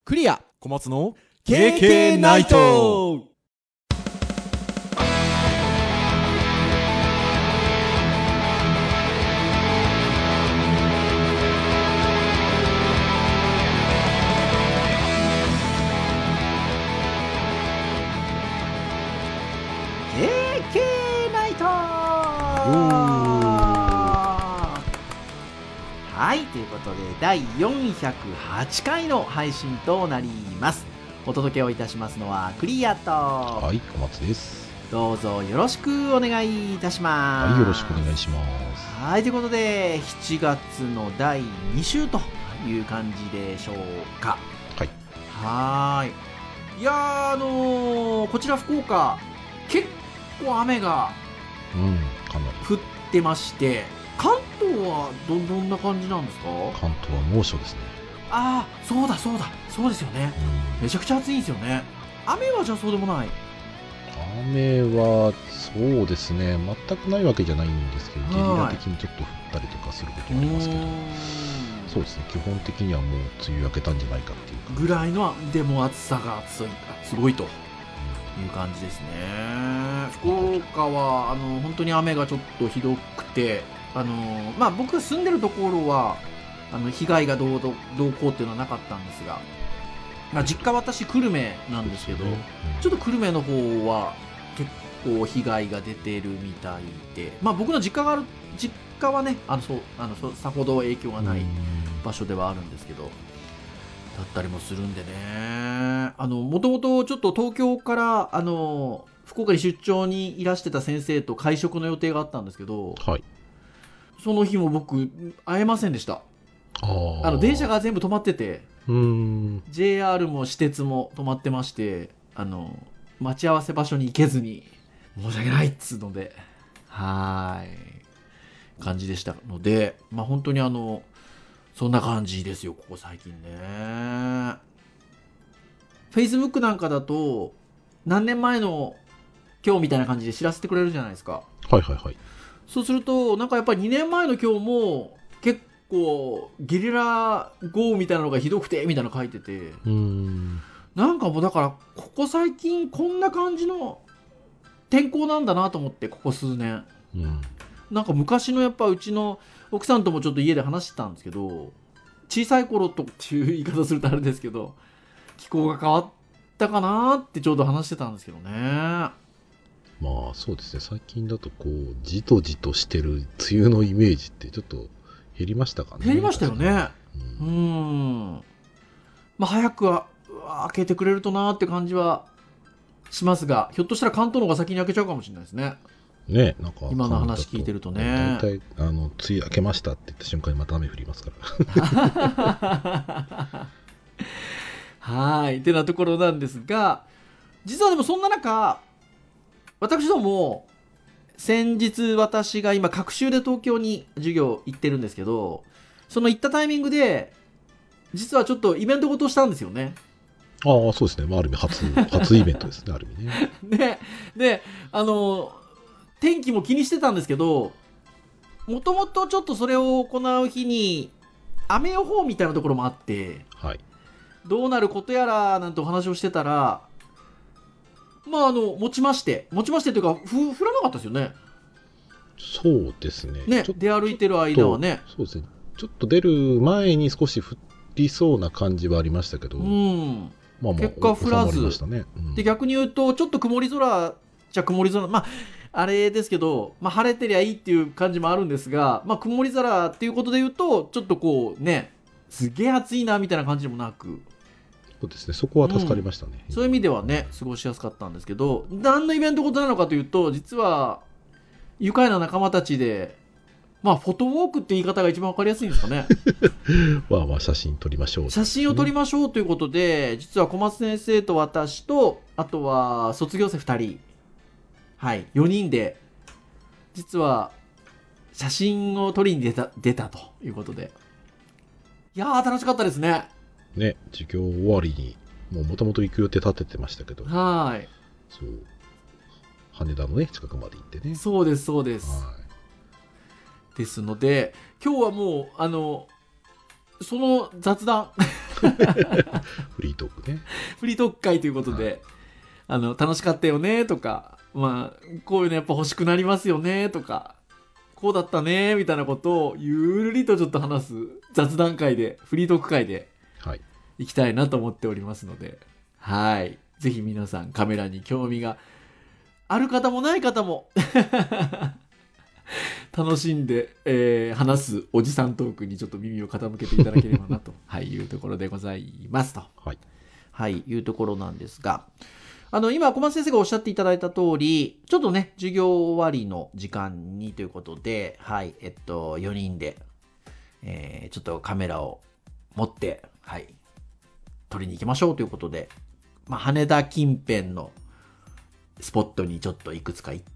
クリア小松の KK ナイト。KK ナイト。はい、ということで第408回の配信となります。お届けをいたしますのはクリアと、 はい、小松です。 どうぞよろしくお願いいたします。 はい、よろしくお願いします。 はい、ということで7月の第2週という感じでしょうか。 はい。 いやー、こちら福岡結構雨がかなり降ってまして、関東はどんな感じなんですか？ 関東は猛暑ですね。 ああ、そうですよね。めちゃくちゃ暑いんですよね。雨はじゃあそうでもない？ 雨はそうですね、全くないわけじゃないんですけど、ゲリラ的にちょっと降ったりとかすることはありますけど、そうですね、基本的にはもう梅雨明けたんじゃないかっていうかぐらいの、でも暑さがすごいという感じですね。福岡は本当に雨がちょっとひどくて、僕が住んでるところは被害がどうこうっていうのはなかったんですが、実家私久留米なんですけど、ちょっと久留米の方は結構被害が出てるみたいで、僕の実家はねさほど影響がない場所ではあるんですけど、だったりもするんでね。もともとちょっと東京から福岡に出張にいらしてた先生と会食の予定があったんですけど、 はい、 その日も僕会えませんでした。電車が全部止まってて、JR も私鉄も止まってまして、待ち合わせ場所に行けずに申し訳ないっつうので、感じでしたので、本当にそんな感じですよ、ここ最近ね。Facebook なんかだと何年前の今日みたいな感じで知らせてくれるじゃないですか。 はいはいはい。 そうするとなんかやっぱり2年前の今日も結構ゲリラ豪雨みたいなのがひどくてみたいなの書いてて、なんかもうだからここ最近こんな感じの天候なんだなと思って、ここ数年、なんか昔のやっぱうちの奥さんともちょっと家で話してたんですけど、小さい頃とっていう言い方するとあれですけど、気候が変わったかなってちょうど話してたんですけどね。 そうですね、最近だとこうじとじとしてる梅雨のイメージってちょっと減りましたかね。 減りましたよね。早くは開けてくれるとなーって感じはしますが、ひょっとしたら関東の方が先に開けちゃうかもしれないですね。 なんか今の話聞いてるとね。 大体梅雨明けましたって言った瞬間にまた雨降りますから。 はいってなところなんですが、実はでもそんな中、私ども先日私が今隔週で東京に授業行ってるんですけど、その行ったタイミングで実はちょっとイベントごとしたんですよね。 そうですね、ある意味初イベントですね。ある意味ね。 で天気も気にしてたんですけど、もともとちょっとそれを行う日に雨予報みたいなところもあって、どうなることやらなんてお話をしてたら、持ちましてというか降らなかったですよね。 そうですね。 出歩いてる間はね。 そうですね。ちょっと出る前に少し降りそうな感じはありましたけど、 結果降らず、で逆に言うとちょっと曇り空じゃ曇り空、あれですけど、晴れてりゃいいっていう感じもあるんですが、曇り空っていうことで言うとちょっとこうね、すげえ暑いなみたいな感じでもなく、 そうですね、そこは助かりましたね。 そういう意味ではね、過ごしやすかったんですけど、何のイベントことなのかというと、実は愉快な仲間たちで、フォトウォークって言い方が一番わかりやすいんですかね。 写真撮りましょう、 写真を撮りましょうということで、実は小松先生と私と、あとは卒業生2人、4人で実は写真を撮りに出たということで、いやー楽しかったですね。 授業終わりにもともと行く予定立ててましたけど、そう羽田のね近くまで行ってね。 そうです。ですので今日はもうその雑談フリートークね。 フリートーク会ということで、楽しかったよねとか、まあ、こういうのやっぱ欲しくなりますよねとか、こうだったねみたいなことをゆるりとちょっと話す雑談会で、フリートーク会でいきたいなと思っておりますので、はい。ぜひ皆さんカメラに興味がある方もない方も楽しんで、話すおじさんトークにちょっと耳を傾けていただければなと、はい、いうところでございますと、はい、いうところなんですが、今小松先生がおっしゃっていただいた通り、ちょっとね授業終わりの時間にということで、はい、4人で、ちょっとカメラを持って、はい、撮りに行きましょうということで、まあ、羽田近辺のスポットにちょっといくつか行って、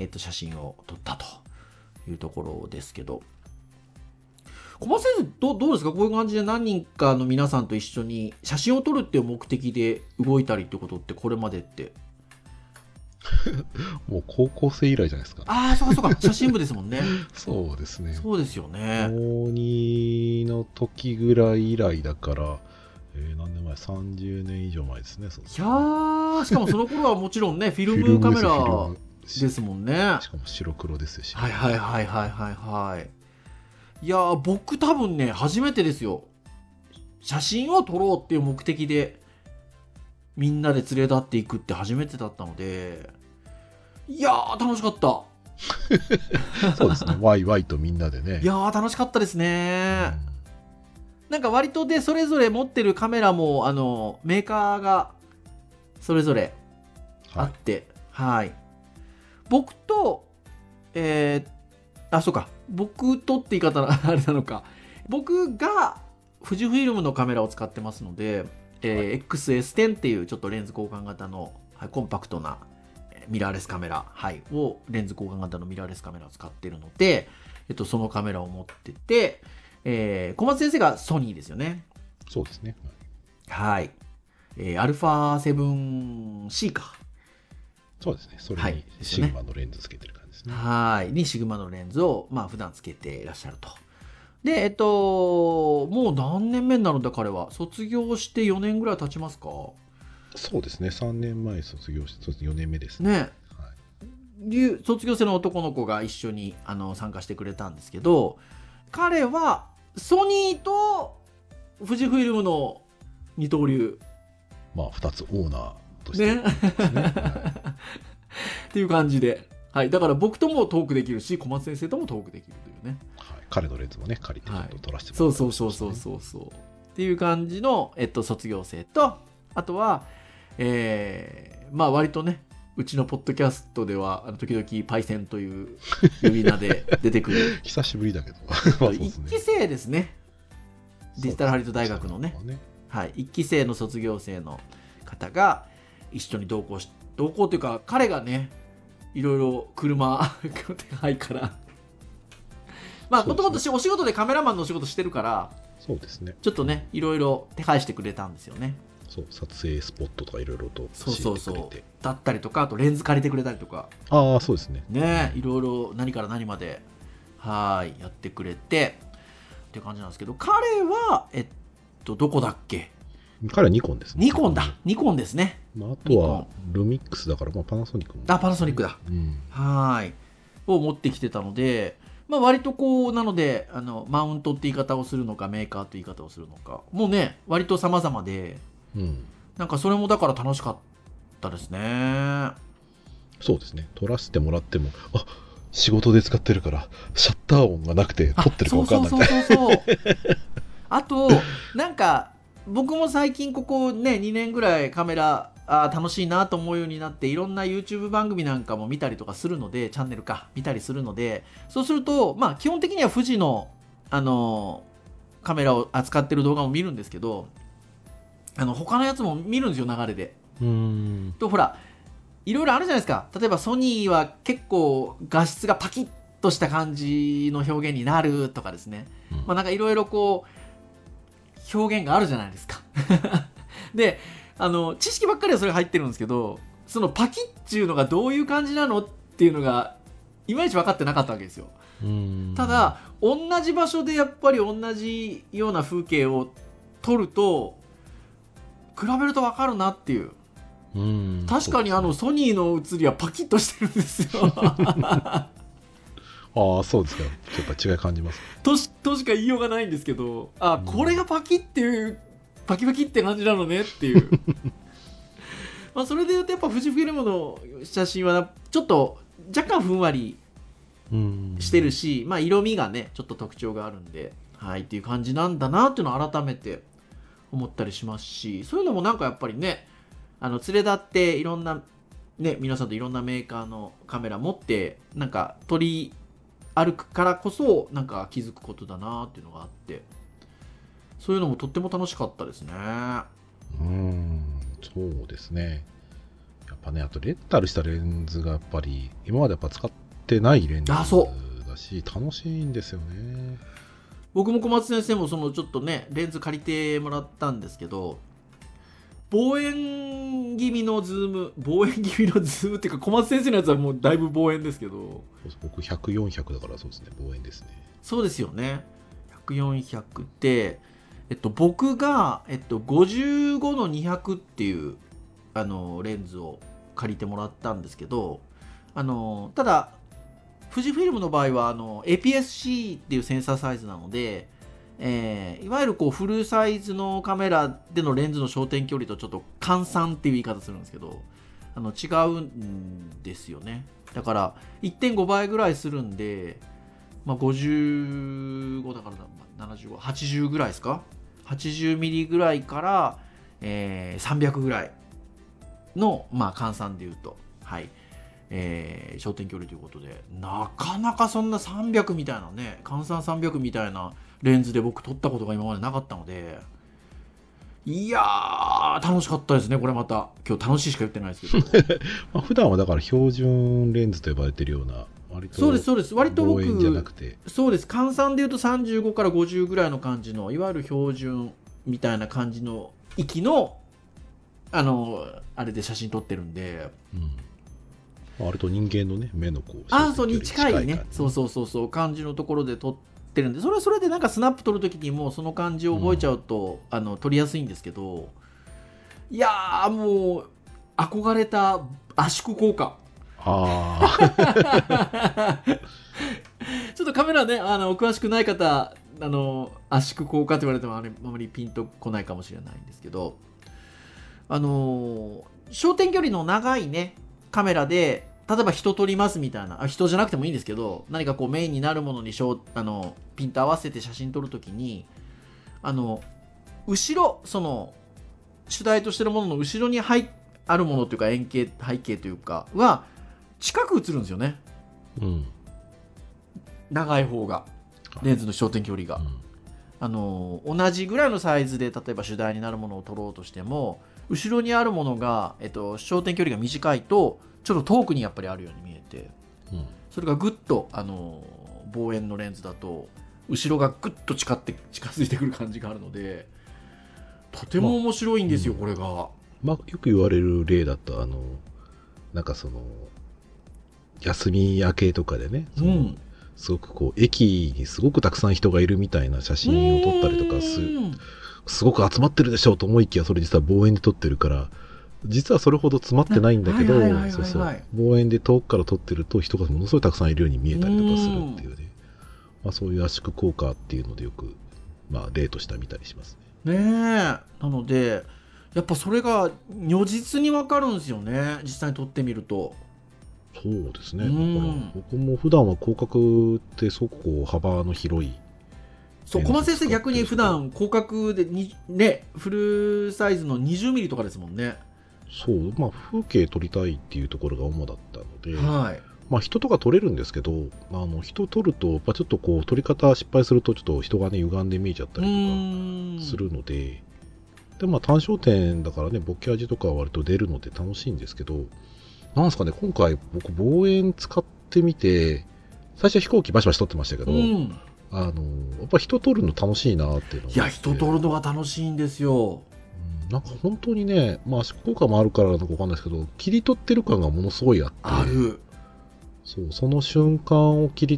写真を撮ったというところですけど、小松先生どうですか？こういう感じで何人かの皆さんと一緒に写真を撮るっていう目的で動いたりってことってこれまでってもう高校生以来じゃないですか。 ああ、そうかそうか、写真部ですもんね。 そうですね。 そうですよね。 高2の時ぐらい以来だから、何年前 ?30 年以上前ですね。そうですね。 いやー、しかもその頃はもちろんねフィルムカメラですもんね。 しかも白黒ですし。 はいはいはいはいはいはい。いやー、僕多分ね初めてですよ。写真を撮ろうっていう目的でみんなで連れ立っていくって初めてだったので、いやー楽しかった。 そうですね。ワイワイとみんなでね。 いやー楽しかったですね。なんか割とでそれぞれ持ってるカメラもメーカーがそれぞれあって、はい、僕とそうか、僕とって言い方あれなのか、僕が富士フィルムのカメラを使ってますので、XS10 っていうちょっとレンズ交換型の、はい、コンパクトなミラーレスカメラ、はい、をレンズ交換型のミラーレスカメラを使ってるので、そのカメラを持ってて、小松先生がソニーですよね。 そうですね。 はい。α7C か。 そうですね。それにシグマのレンズつけてる感じですね。 はい。にシグマのレンズを、まあ普段つけていらっしゃると。で、もう何年目になるんだ彼は。卒業して4年ぐらい経ちますか？ そうですね。3年前卒業して4年目ですね。ね。卒業生の男の子が一緒に参加してくれたんですけど、彼はソニーと富士フィルムの二刀流。 まあ2つオーナーとしてね。っていう感じで。はい。だから僕ともトークできるし、小松先生ともトークできるというね。 はい。彼のレンズもね、借りてちょっと撮らせてもらって、そうっていう感じの、卒業生と、あとは、まあ割とね、うちのポッドキャストでは時々パイセンという呼び名で出てくる久しぶりだけど一期生ですね。デジタルハリウッド大学のね、はい、一期生の卒業生の方が一緒に同行というか、彼がねいろいろ車手配からまあもともとお仕事でカメラマンのお仕事してるから、そうですね、ちょっとねいろいろ手配してくれたんですよね。 そう撮影スポットとかいろいろと教えてくれて、 だったりとか、あとレンズ借りてくれたりとか、 ああそうですね、 いろいろ何から何までやってくれてっていう感じなんですけど、彼はどこだっけ？ 彼はニコンですね。 ニコンですね。 まあ、あとはルミックスだから、まあ、パナソニックも、 パナソニックだ、を持ってきてたので、まあ、割とこうなのでマウントって言い方をするのかメーカーって言い方をするのかもうね割と様々で、なんかそれもだから楽しかったですね。 そうですね。撮らせてもらっても仕事で使ってるからシャッター音がなくて撮ってるか分かんないみたいな。そうあとなんか僕も最近ここね2年ぐらいカメラ楽しいなと思うようになって、いろんな YouTube 番組なんかも見たりとかするので、チャンネルか見たりするので、そうするとまあ基本的には富士のカメラを扱ってる動画も見るんですけど、他のやつも見るんですよ、流れで。とほらいろいろあるじゃないですか。例えばソニーは結構画質がパキッとした感じの表現になるとかですね、まあなんかいろいろこう表現があるじゃないですかで知識ばっかりはそれ入ってるんですけど、そのパキッっていうのがどういう感じなのっていうのがいまいち分かってなかったわけですよ。ただ同じ場所でやっぱり同じような風景を撮ると比べると分かるなっていう。確かにソニーの写りはパキッとしてるんですよああ、そうですか。やっぱ違い感じますとしか言いようがないんですけど、これがパキっていうパキパキって感じなのねっていうまあそれで言うとやっぱ富士フィルムの写真はちょっと若干ふんわりしてるし、まあ色味がねちょっと特徴があるんで、はいっていう感じなんだなっていうのを改めて思ったりしますし、そういうのもなんかやっぱりね連れ立っていろんなね皆さんといろんなメーカーのカメラ持ってなんか撮り歩くからこそなんか気づくことだなっていうのがあって、そういうのもとっても楽しかったですね。 そうですね。やっぱね、あとレンタルしたレンズがやっぱり今までやっぱ使ってないレンズだし楽しいんですよね。 僕も小松先生もそのちょっとねレンズ借りてもらったんですけど、望遠気味のズームっていうか小松先生のやつはもうだいぶ望遠ですけど、 僕100、400だからそうですね、望遠ですね。 そうですよね。100、400で、僕が、55の200っていうレンズを借りてもらったんですけど、ただ富士フィルムの場合はAPS-C っていうセンサーサイズなので、いわゆるこうフルサイズのカメラでのレンズの焦点距離とちょっと換算っていう言い方するんですけど、違うんですよね。だから 1.5 倍ぐらいするんで、まあ、55だから75、80ぐらいですか、80ミリぐらいから、300ぐらいの、まあ、換算でいうと、はい、焦点距離ということで、なかなかそんな300みたいなね、換算300みたいなレンズで僕撮ったことが今までなかったので、いやー楽しかったですね。これまた今日楽しいしか言ってないですけどまあ普段はだから標準レンズと呼ばれてるような、割とそうです割と僕望遠じゃなくて、 そうです、換算でいうと35から50ぐらいの感じのいわゆる標準みたいな感じの域のあれで写真撮ってるんで、 割と人間のね目のこうそうに近いね、そう感じのところで撮ってるんで、それはそれでなんかスナップ撮るときにもうその感じを覚えちゃうと、撮りやすいんですけど、いやーもう憧れた圧縮効果ちょっとカメラねお詳しくない方圧縮効果って言われてもあまりピンとこないかもしれないんですけど、焦点距離の長いねカメラで例えば人撮りますみたいな、人じゃなくてもいいんですけど、何かこうメインになるものにピント合わせて写真撮るときに後ろその主題としてるものの後ろにあるものというか円形背景というかは近く映るんですよね、長い方がレンズの焦点距離が、同じぐらいのサイズで例えば主題になるものを撮ろうとしても後ろにあるものが、焦点距離が短いとちょっと遠くにやっぱりあるように見えて、それがぐっと、望遠のレンズだと後ろがぐっと近づいてくる感じがあるので、とても面白いんですよ、これが。 よく言われる例だとなんかその休み明けとかでね、すごくこう駅にすごくたくさん人がいるみたいな写真を撮ったりとかすごく集まってるでしょうと思いきや、それ実は望遠で撮ってるから実はそれほど詰まってないんだけど、望遠で遠くから撮ってると人がものすごいたくさんいるように見えたりとかするっていうね、そういう圧縮効果っていうのでよく、例としては見たりしますね。 なのでやっぱそれが如実に分かるんですよね、実際に撮ってみると。 そうですね。だから僕も普段は広角ってすごくこう幅の広い、 小松先生逆に普段広角でフルサイズの20ミリとかですもんね。 そう、風景撮りたいっていうところが主だったので、人とか撮れるんですけど、人撮るとやっぱちょっとこう撮り方失敗するとちょっと人がね歪んで見えちゃったりとかするので、単焦点だからねボケ味とかは割と出るので楽しいんですけど、なんですかね、今回僕望遠使ってみて最初飛行機バシバシ撮ってましたけど、やっぱ人撮るの楽しいなっていうのが。 いや人撮るのが楽しいんですよ。 なんか本当にね、圧縮効果もあるからなのか分かんないですけど、切り取ってる感がものすごいあって、 ある。 その瞬間を切り取っ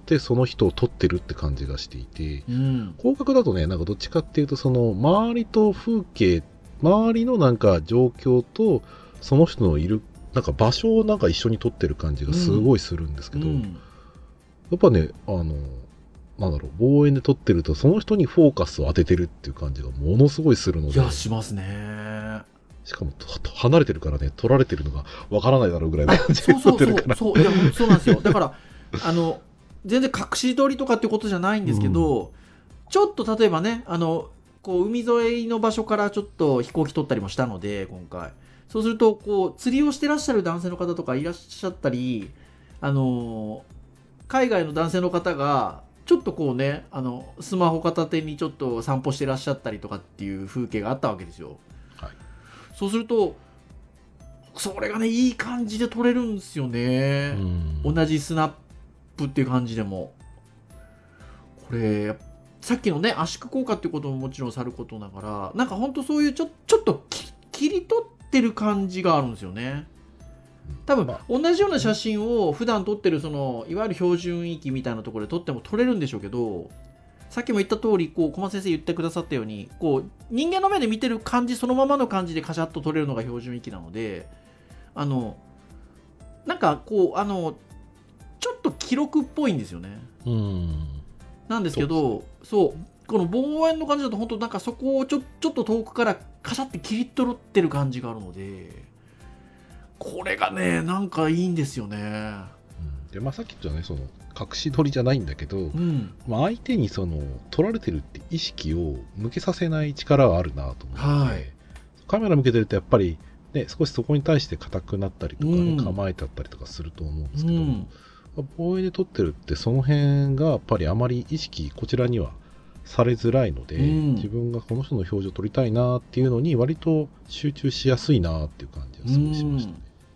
ってその人を撮ってるって感じがしていて、 うん、 広角だとね、なんかどっちかっていうとその周りと風景、周りのなんか状況とその人のいるなんか場所をなんか一緒に撮ってる感じがすごいするんですけど、 うん、 やっぱね、なんだろう、望遠で撮ってるとその人にフォーカスを当ててるっていう感じがものすごいするので、 いやしますね。 しかも離れてるからね、撮られてるのがわからないだろうぐらいの感じで撮ってるから、 そういやそうなんですよ。だから全然隠し撮りとかってことじゃないんですけど、ちょっと例えばねこう海沿いの場所からちょっと飛行機撮ったりもしたので今回そうするとこう釣りをしてらっしゃる男性の方とかいらっしゃったり海外の男性の方がちょっとこうねスマホ片手にちょっと散歩してらっしゃったりとかっていう風景があったわけですよ、 はい、 そうするとそれがねいい感じで撮れるんですよね、同じスナップっていう感じでもこれさっきのね圧縮効果っていうことももちろんさることながらなんかほんとそういうちょっと切り取ってる感じがあるんですよね。多分同じような写真を普段撮ってるそのいわゆる標準域みたいなところで撮っても撮れるんでしょうけど、さっきも言った通りこう小松先生言ってくださったようにこう人間の目で見てる感じそのままの感じでカシャッと撮れるのが標準域なのでなんかこうちょっと記録っぽいんですよね。なんですけどそうこの望遠の感じだと本当なんかそこをちょっと遠くからカシャって切り取ってる感じがあるのでこれがねなんかいいんですよね。 でさっき言ったねその隠し撮りじゃないんだけど、相手にその撮られてるって意識を向けさせない力はあるなと思って、はい、カメラ向けてるとやっぱり、ね、少しそこに対して硬くなったりとか、ね構えてあったりとかすると思うんですけど、望遠で撮ってるってその辺がやっぱりあまり意識こちらにはされづらいので、自分がこの人の表情を撮りたいなっていうのに割と集中しやすいなっていう感じがすごいしました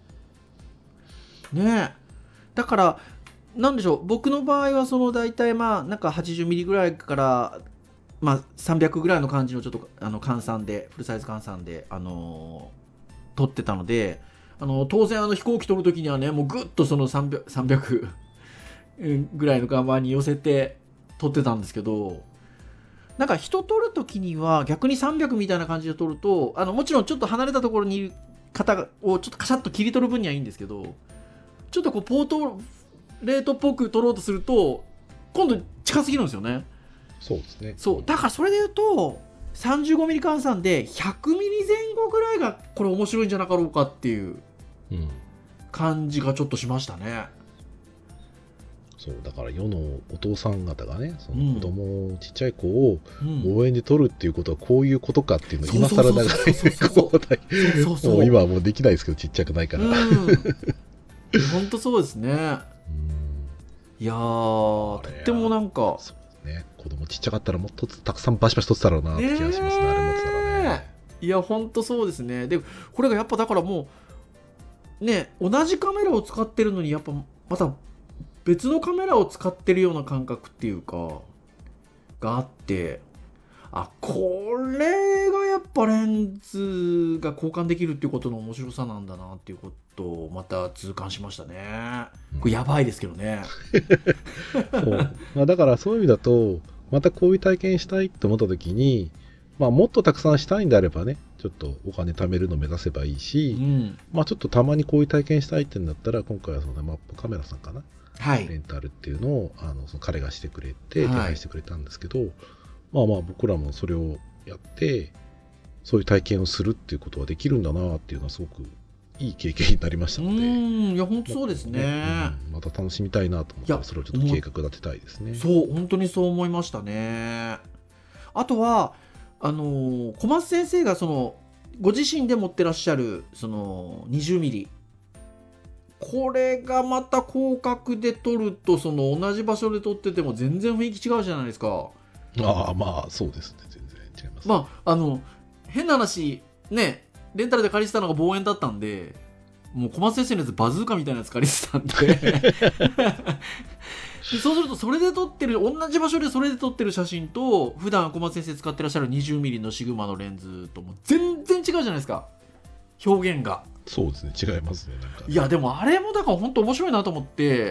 ね。 ねえだからなんでしょう僕の場合はその大体なんか80ミリぐらいから300ぐらいの感じのちょっと換算でフルサイズ換算で撮ってたので当然飛行機撮るときにはねもうぐっとその300ぐらいの画面に寄せて撮ってたんですけどなんか人撮るときには逆に300みたいな感じで撮るともちろんちょっと離れたところにいる方をちょっとカシャッと切り取る分にはいいんですけどちょっとこうポートレートっぽく撮ろうとすると今度近すぎるんですよね。 そうですね。 そうだからそれで言うと35ミリ換算で100ミリ前後ぐらいがこれ面白いんじゃなかろうかっていう感じがちょっとしましたね。 そうだから世のお父さん方がねその子供、ちっちゃい子を望遠で撮るっていうことはこういうことかっていうのを今更ながらもう今はもうできないですけどちっちゃくないから本当そうですね。いやとってもなんかそうね子供ちっちゃかったらもっとたくさんバシバシ撮ってたろうなって気がしますねあれ持ってたらね。 いや本当そうですね。でこれがやっぱだからもうね同じカメラを使ってるのにやっぱまた別のカメラを使ってるような感覚っていうかがあってこれがやっぱレンズが交換できるっていうことの面白さなんだなっていうことをまた痛感しましたね。これやばいですけどねそう、だからそういう意味だとまたこういう体験したいと思った時に、もっとたくさんしたいんであればねちょっとお金貯めるのを目指せばいいし、ちょっとたまにこういう体験したいってんだったら今回はそのマップカメラさんかな、レンタルっていうのをその彼がしてくれて手配してくれたんですけど、僕らもそれをやってそういう体験をするっていうことはできるんだなっていうのはすごくいい経験になりましたので、 いや本当そうですね、 また楽しみたいなと思ったらそれをちょっと計画立てたいですね。 そう本当にそう思いましたね。あとは小松先生がそのご自身で持ってらっしゃるその20ミリこれがまた広角で撮るとその同じ場所で撮ってても全然雰囲気違うじゃないですか。 そうですね全然違います。 変な話ねレンタルで借りてたのが望遠だったんでもう小松先生のやつバズーカみたいなやつ借りてたんでそうするとそれで撮ってる同じ場所でそれで撮ってる写真と普段小松先生使ってらっしゃる 20mm のシグマのレンズとも全然違うじゃないですか表現が。 そうですね違いますねなんかね。 いやでもあれもだから本当面白いなと思って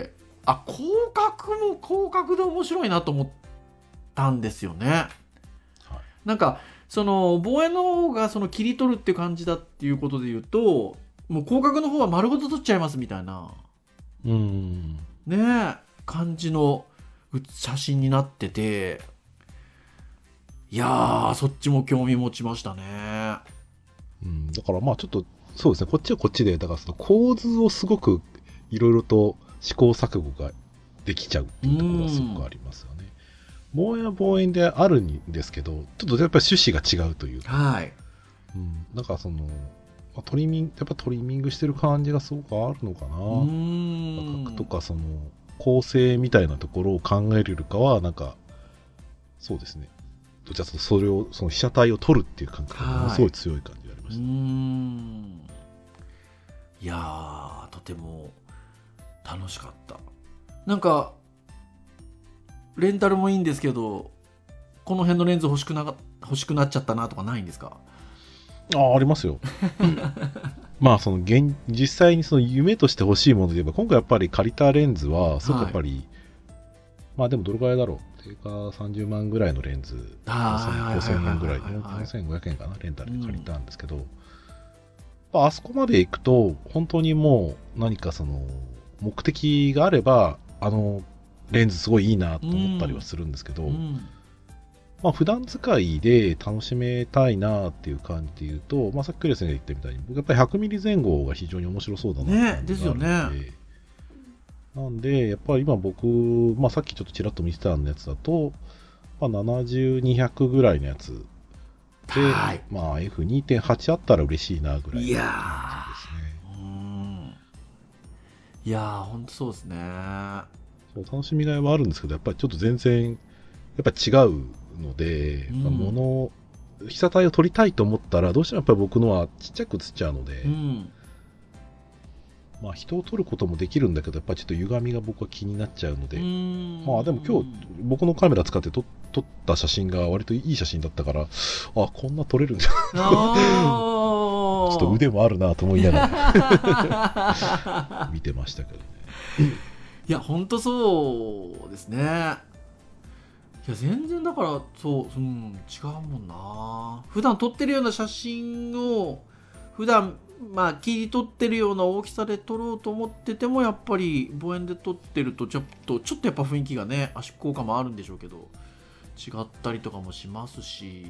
広角で面白いなと思ったんですよね、はい、なんかその望遠の方がその切り取るっていう感じだっていうことで言うと、もう広角の方は丸ごと撮っちゃいますみたいなね感じの写真になってて、いやーそっちも興味持ちましたね。 だからまあちょっとそうですね、こっちはこっちで、だからその構図をすごくいろいろと試行錯誤ができちゃうっていうところがすごくありますよね。望遠は望遠であるんですけど、ちょっとやっぱり趣旨が違うというか、 はい、 なんかそのトリミングしてる感じがすごくあるのかな。画角とかその構成みたいなところを考えるよりかは、なんかそうですね、どちらかというとそれをその被写体を撮るっていう感覚がものすごい強い感じがありました。 いやーとても楽しかった。なんかレンタルもいいんですけど、この辺のレンズ欲しくなっちゃったなとかないんですか？ ありますよ。まあその実際にその夢として欲しいもので言えば、今回やっぱり借りたレンズはすごくやっぱり、まあでもどれくらいだろう、定価30万ぐらいのレンズ、5000円ぐらい、4500円かな、レンタルで借りたんですけど、あそこまで行くと本当にもう何かその目的があればレンズすごいいいなと思ったりはするんですけど、まあ普段使いで楽しめたいなっていう感じで言うと、まあさっきクレスが言ったみたいに、僕やっぱり100ミリ前後が非常に面白そうだなって感じがあるので、なんでやっぱり今僕、まあさっきちょっとちらっと見てたやつだと、まあ、70、200ぐらいのやつで、まあ F2.8 あったら嬉しいなぐらいの感じですね。 いやーほんとそうですね。 そう楽しみがいはあるんですけど、やっぱりちょっと全然やっぱ違うので、被写体を撮りたいと思ったらどうしてもやっぱり僕のはちっちゃく写っちゃうので、まあ人を撮ることもできるんだけど、やっぱりちょっと歪みが僕は気になっちゃうので、まあでも今日僕のカメラ使って撮った写真が割といい写真だったから、こんな撮れるんだちょっと腕もあるなと思いながら見てましたけどね。 いや本当そうですね。いや全然だからそう、違うもんな。普段撮ってるような写真を普段まあ切り取ってるような大きさで撮ろうと思ってても、やっぱり望遠で撮ってるとちょっとやっぱ雰囲気がね、圧縮効果もあるんでしょうけど違ったりとかもしますし、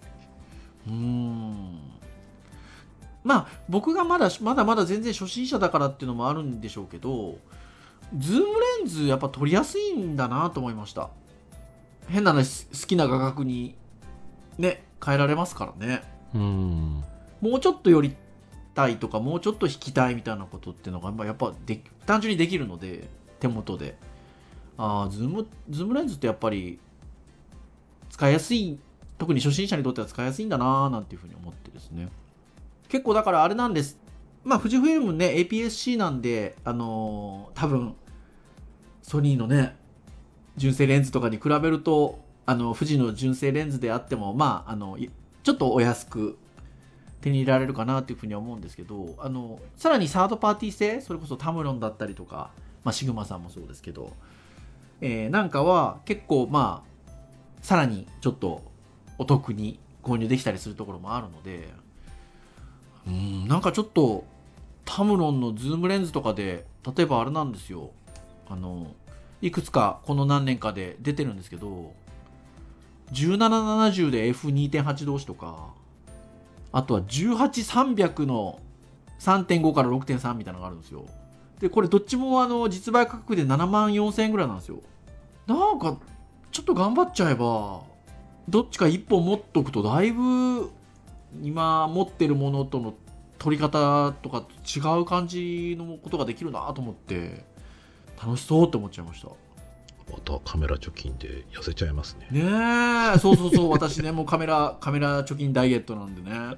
まあ僕がまだ全然初心者だからっていうのもあるんでしょうけど、ズームレンズやっぱ撮りやすいんだなと思いました。変な話、好きな画角にね変えられますからね。もうちょっと寄りたいとか、もうちょっと引きたいみたいなことっていうのがやっぱ単純にできるので、手元でズームレンズってやっぱり使いやすい、特に初心者にとっては使いやすいんだなーなんていうふうに思ってですね。結構だからあれなんです、まあ富士フイルムね APS-C なんで、多分ソニーのね純正レンズとかに比べると富士の純正レンズであってもまあちょっとお安く手に入れられるかなというふうには思うんですけど、さらにサードパーティー製、それこそタムロンだったりとか、まあ、シグマさんもそうですけど、なんかは結構まあさらにちょっとお得に購入できたりするところもあるので、なんかちょっとタムロンのズームレンズとかで、例えばあれなんですよ、いくつかこの何年かで出てるんですけど、1770で F2.8 同士とか、あとは18300の 3.5 から 6.3 みたいなのがあるんですよ。でこれどっちも実売価格で7万4000円ぐらいなんですよ。なんかちょっと頑張っちゃえばどっちか1本持っとくと、だいぶ今持ってるものとの取り方とか違う感じのことができるなと思って楽しそうって思っちゃいました。 またカメラ貯金で痩せちゃいますね。 ねえ、そう私ねもうカメラ貯金ダイエットなんでね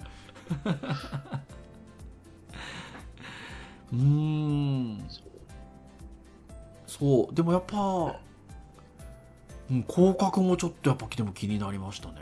そうでもやっぱ、広角もちょっとやっぱでも気になりましたね。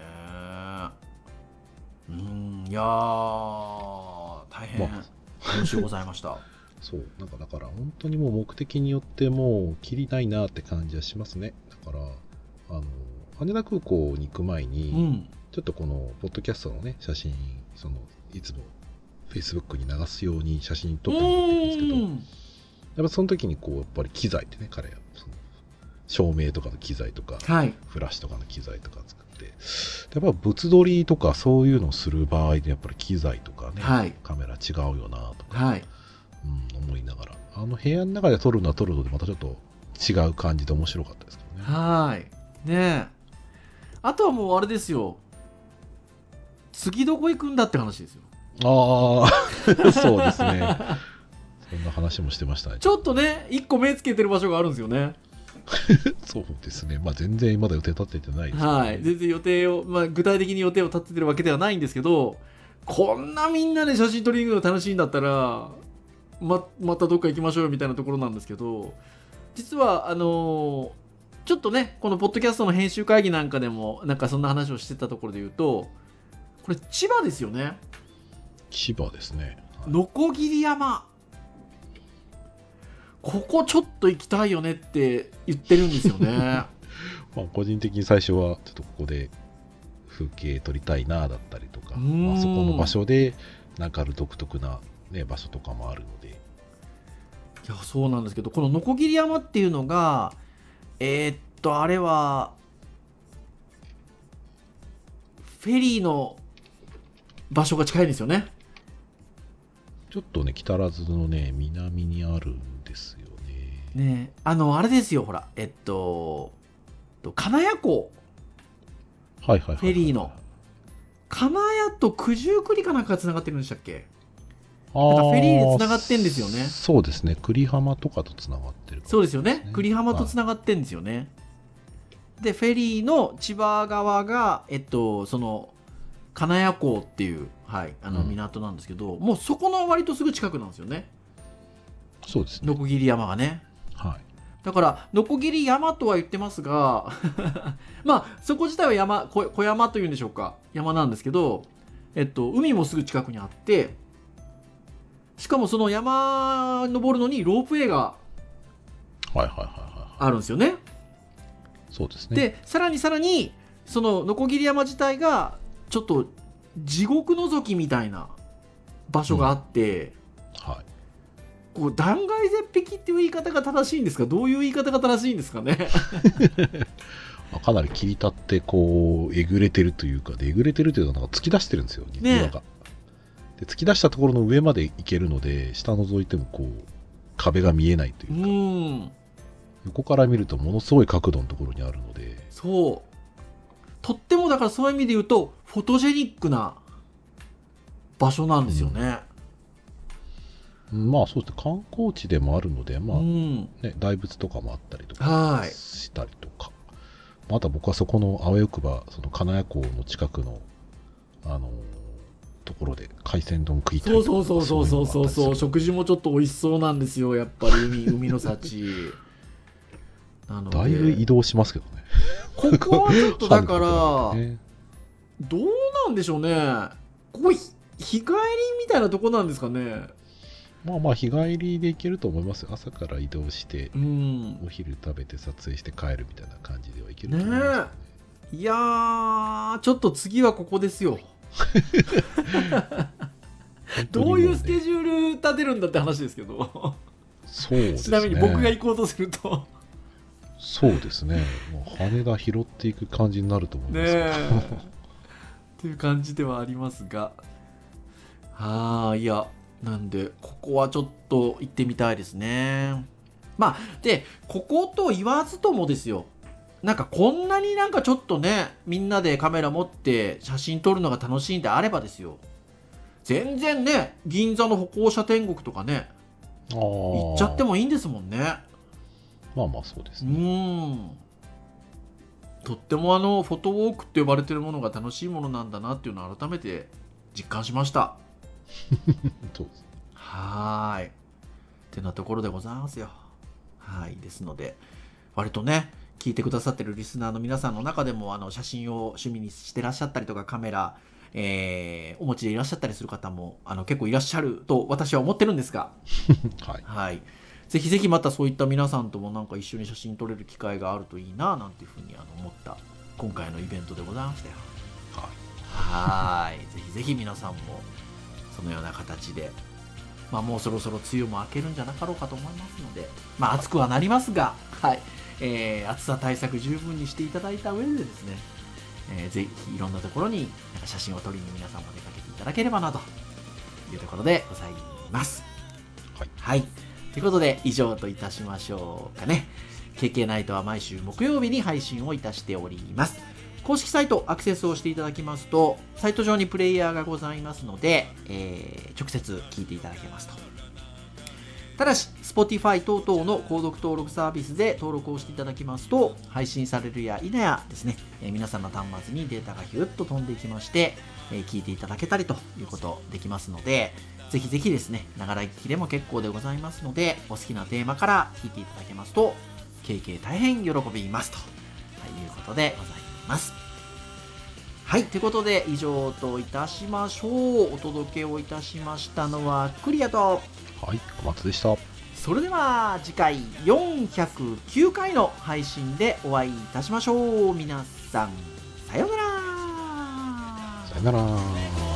いやー大変楽しゅうございました。 そうなんかだから本当にもう目的によってもうきりないなって感じはしますね。だから羽田空港に行く前に、 うん、 ちょっとこのポッドキャストのね写真いつも Facebook に流すように写真撮ってもらってるんですけど、やっぱその時にこうやっぱり機材ってね、彼はその照明とかの機材とか、 はい、 フラッシュとかの機材とか作って、やっぱ物撮りとかそういうのをする場合でやっぱり機材とかね、 はい、 カメラ違うよなとか、 はい、 思いながら、部屋の中で撮るのは撮るのでまたちょっと違う感じで面白かったですけどね。 はいねえ、あとはもうあれですよ、次どこ行くんだって話ですよ。 ああそうですね、そんな話もしてましたね。 ちょっとね一個目つけてる場所があるんですよね。 そうですね、まあ全然まだ予定立ててないですけどね、 はい、全然予定を、具体的に予定を立ててるわけではないんですけど、こんなみんなで写真撮りに行くの楽しいんだったら またどっか行きましょうよみたいなところなんですけど、実はちょっとねこのポッドキャストの編集会議なんかでもなんかそんな話をしてたところで言うと、これ千葉ですよね。 千葉ですね、 のこぎり山、ここちょっと行きたいよねって言ってるんですよねまあ個人的に最初はちょっとここで風景撮りたいなだったりとか、まあ、そこの場所でなんかある独特な、ね、場所とかもあるので、 いやそうなんですけど、こののこぎり山っていうのがあれはフェリーの場所が近いんですよね。 ちょっとね木更津のね南にあるんですよね。 ねえ、あれですよ、ほら金谷港、 はいはいはいはい、 フェリーの金谷と九十九里かなんかがつながってるんでしたっけ。なんかフェリーでつながってんですよね。 そうですね、久里浜とかとつながってる、 そうですよね、久里浜とつながってんですよね、はい、でフェリーの千葉側がその金谷港っていう、はい、港なんですけど、もうそこの割とすぐ近くなんですよね。 そうですね、 のこぎり山がね、 はい、 だからのこぎり山とは言ってますがまあそこ自体は山、小山というんでしょうか、山なんですけど、海もすぐ近くにあって、しかもその山登るのにロープウェイがあるんですよね。 そうですね。 でさらにそののこぎり山自体がちょっと地獄のぞきみたいな場所があって、 はい、 こう断崖絶壁っていう言い方が正しいんですか、どういう言い方が正しいんですかねかなり切り立ってこうえぐれてるというか、えぐれてるというのはなんか突き出してるんですよね、岩が。で突き出したところの上まで行けるので、下覗いてもこう壁が見えないというか、横から見るとものすごい角度のところにあるので、 そうとってもだからそういう意味で言うとフォトジェニックな場所なんですよね。 まあそうですね、観光地でもあるので、まあね、大仏とかもあったりとかしたりとか、あとは僕はそこのあわよくばその金谷港の近くのところで海鮮丼食いたいとか、 そう食事もちょっと美味しそうなんですよ、やっぱり海の幸なのでだいぶ移動しますけどねここはちょっとだからどうなんでしょうね、ここ日帰りみたいなとこなんですかね。 まあ日帰りで行けると思いますよ。朝から移動して、お昼食べて撮影して帰るみたいな感じでは行けると思いますね。 いやーちょっと次はここですよどういうスケジュール立てるんだって話ですけどそうですね、 ちなみに僕が行こうとするとそうですね、もう羽田拾っていく感じになると思いますねっていう感じではありますが、いやなんでここはちょっと行ってみたいですね。まあでここと言わずともですよ、なんかこんなになんかちょっとねみんなでカメラ持って写真撮るのが楽しいんであればですよ、全然ね銀座の歩行者天国とかね行っちゃってもいいんですもんね。 まあそうですね。 とってもフォトウォークって呼ばれてるものが楽しいものなんだなっていうのを改めて実感しましたそうです。 はいってなところでございますよ。はいですので割とね聞いてくださってるリスナーの皆さんの中でも写真を趣味にしてらっしゃったりとか、カメラお持ちでいらっしゃったりする方も結構いらっしゃると私は思ってるんですが、 はい、 はい、ぜひぜひまたそういった皆さんともなんか一緒に写真撮れる機会があるといいななんていうふうに思った今回のイベントでございましたよ。はい、ぜひぜひ皆さんもそのような形で、もうそろそろ梅雨も明けるんじゃなかろうかと思いますので、暑くはなりますが、はい、暑さ対策十分にしていただいた上でですね、ぜひいろんなところになんか写真を撮りに皆さんも出かけていただければなというところでございます。 はい、 はい、ということで以上といたしましょうかね。KK ナイトは毎週木曜日に配信をいたしております。公式サイトアクセスをしていただきますと、サイト上にプレイヤーがございますので、直接聞いていただけますと。ただし Spotify 等々の購読登録サービスで登録をしていただきますと、配信されるや否やですね、皆さんの端末にデータがヒュッと飛んでいきまして、聞いていただけたりということできますので、ぜひぜひですね、ながら聞きでも結構でございますので、お好きなテーマから聞いていただけますと KK 大変喜びますということでございます。はい、ということで以上といたしましょう。お届けをいたしましたのはクリアと、 はい、小松でした。 それでは次回409回の配信でお会いいたしましょう。皆さんさようなら。 さよなら。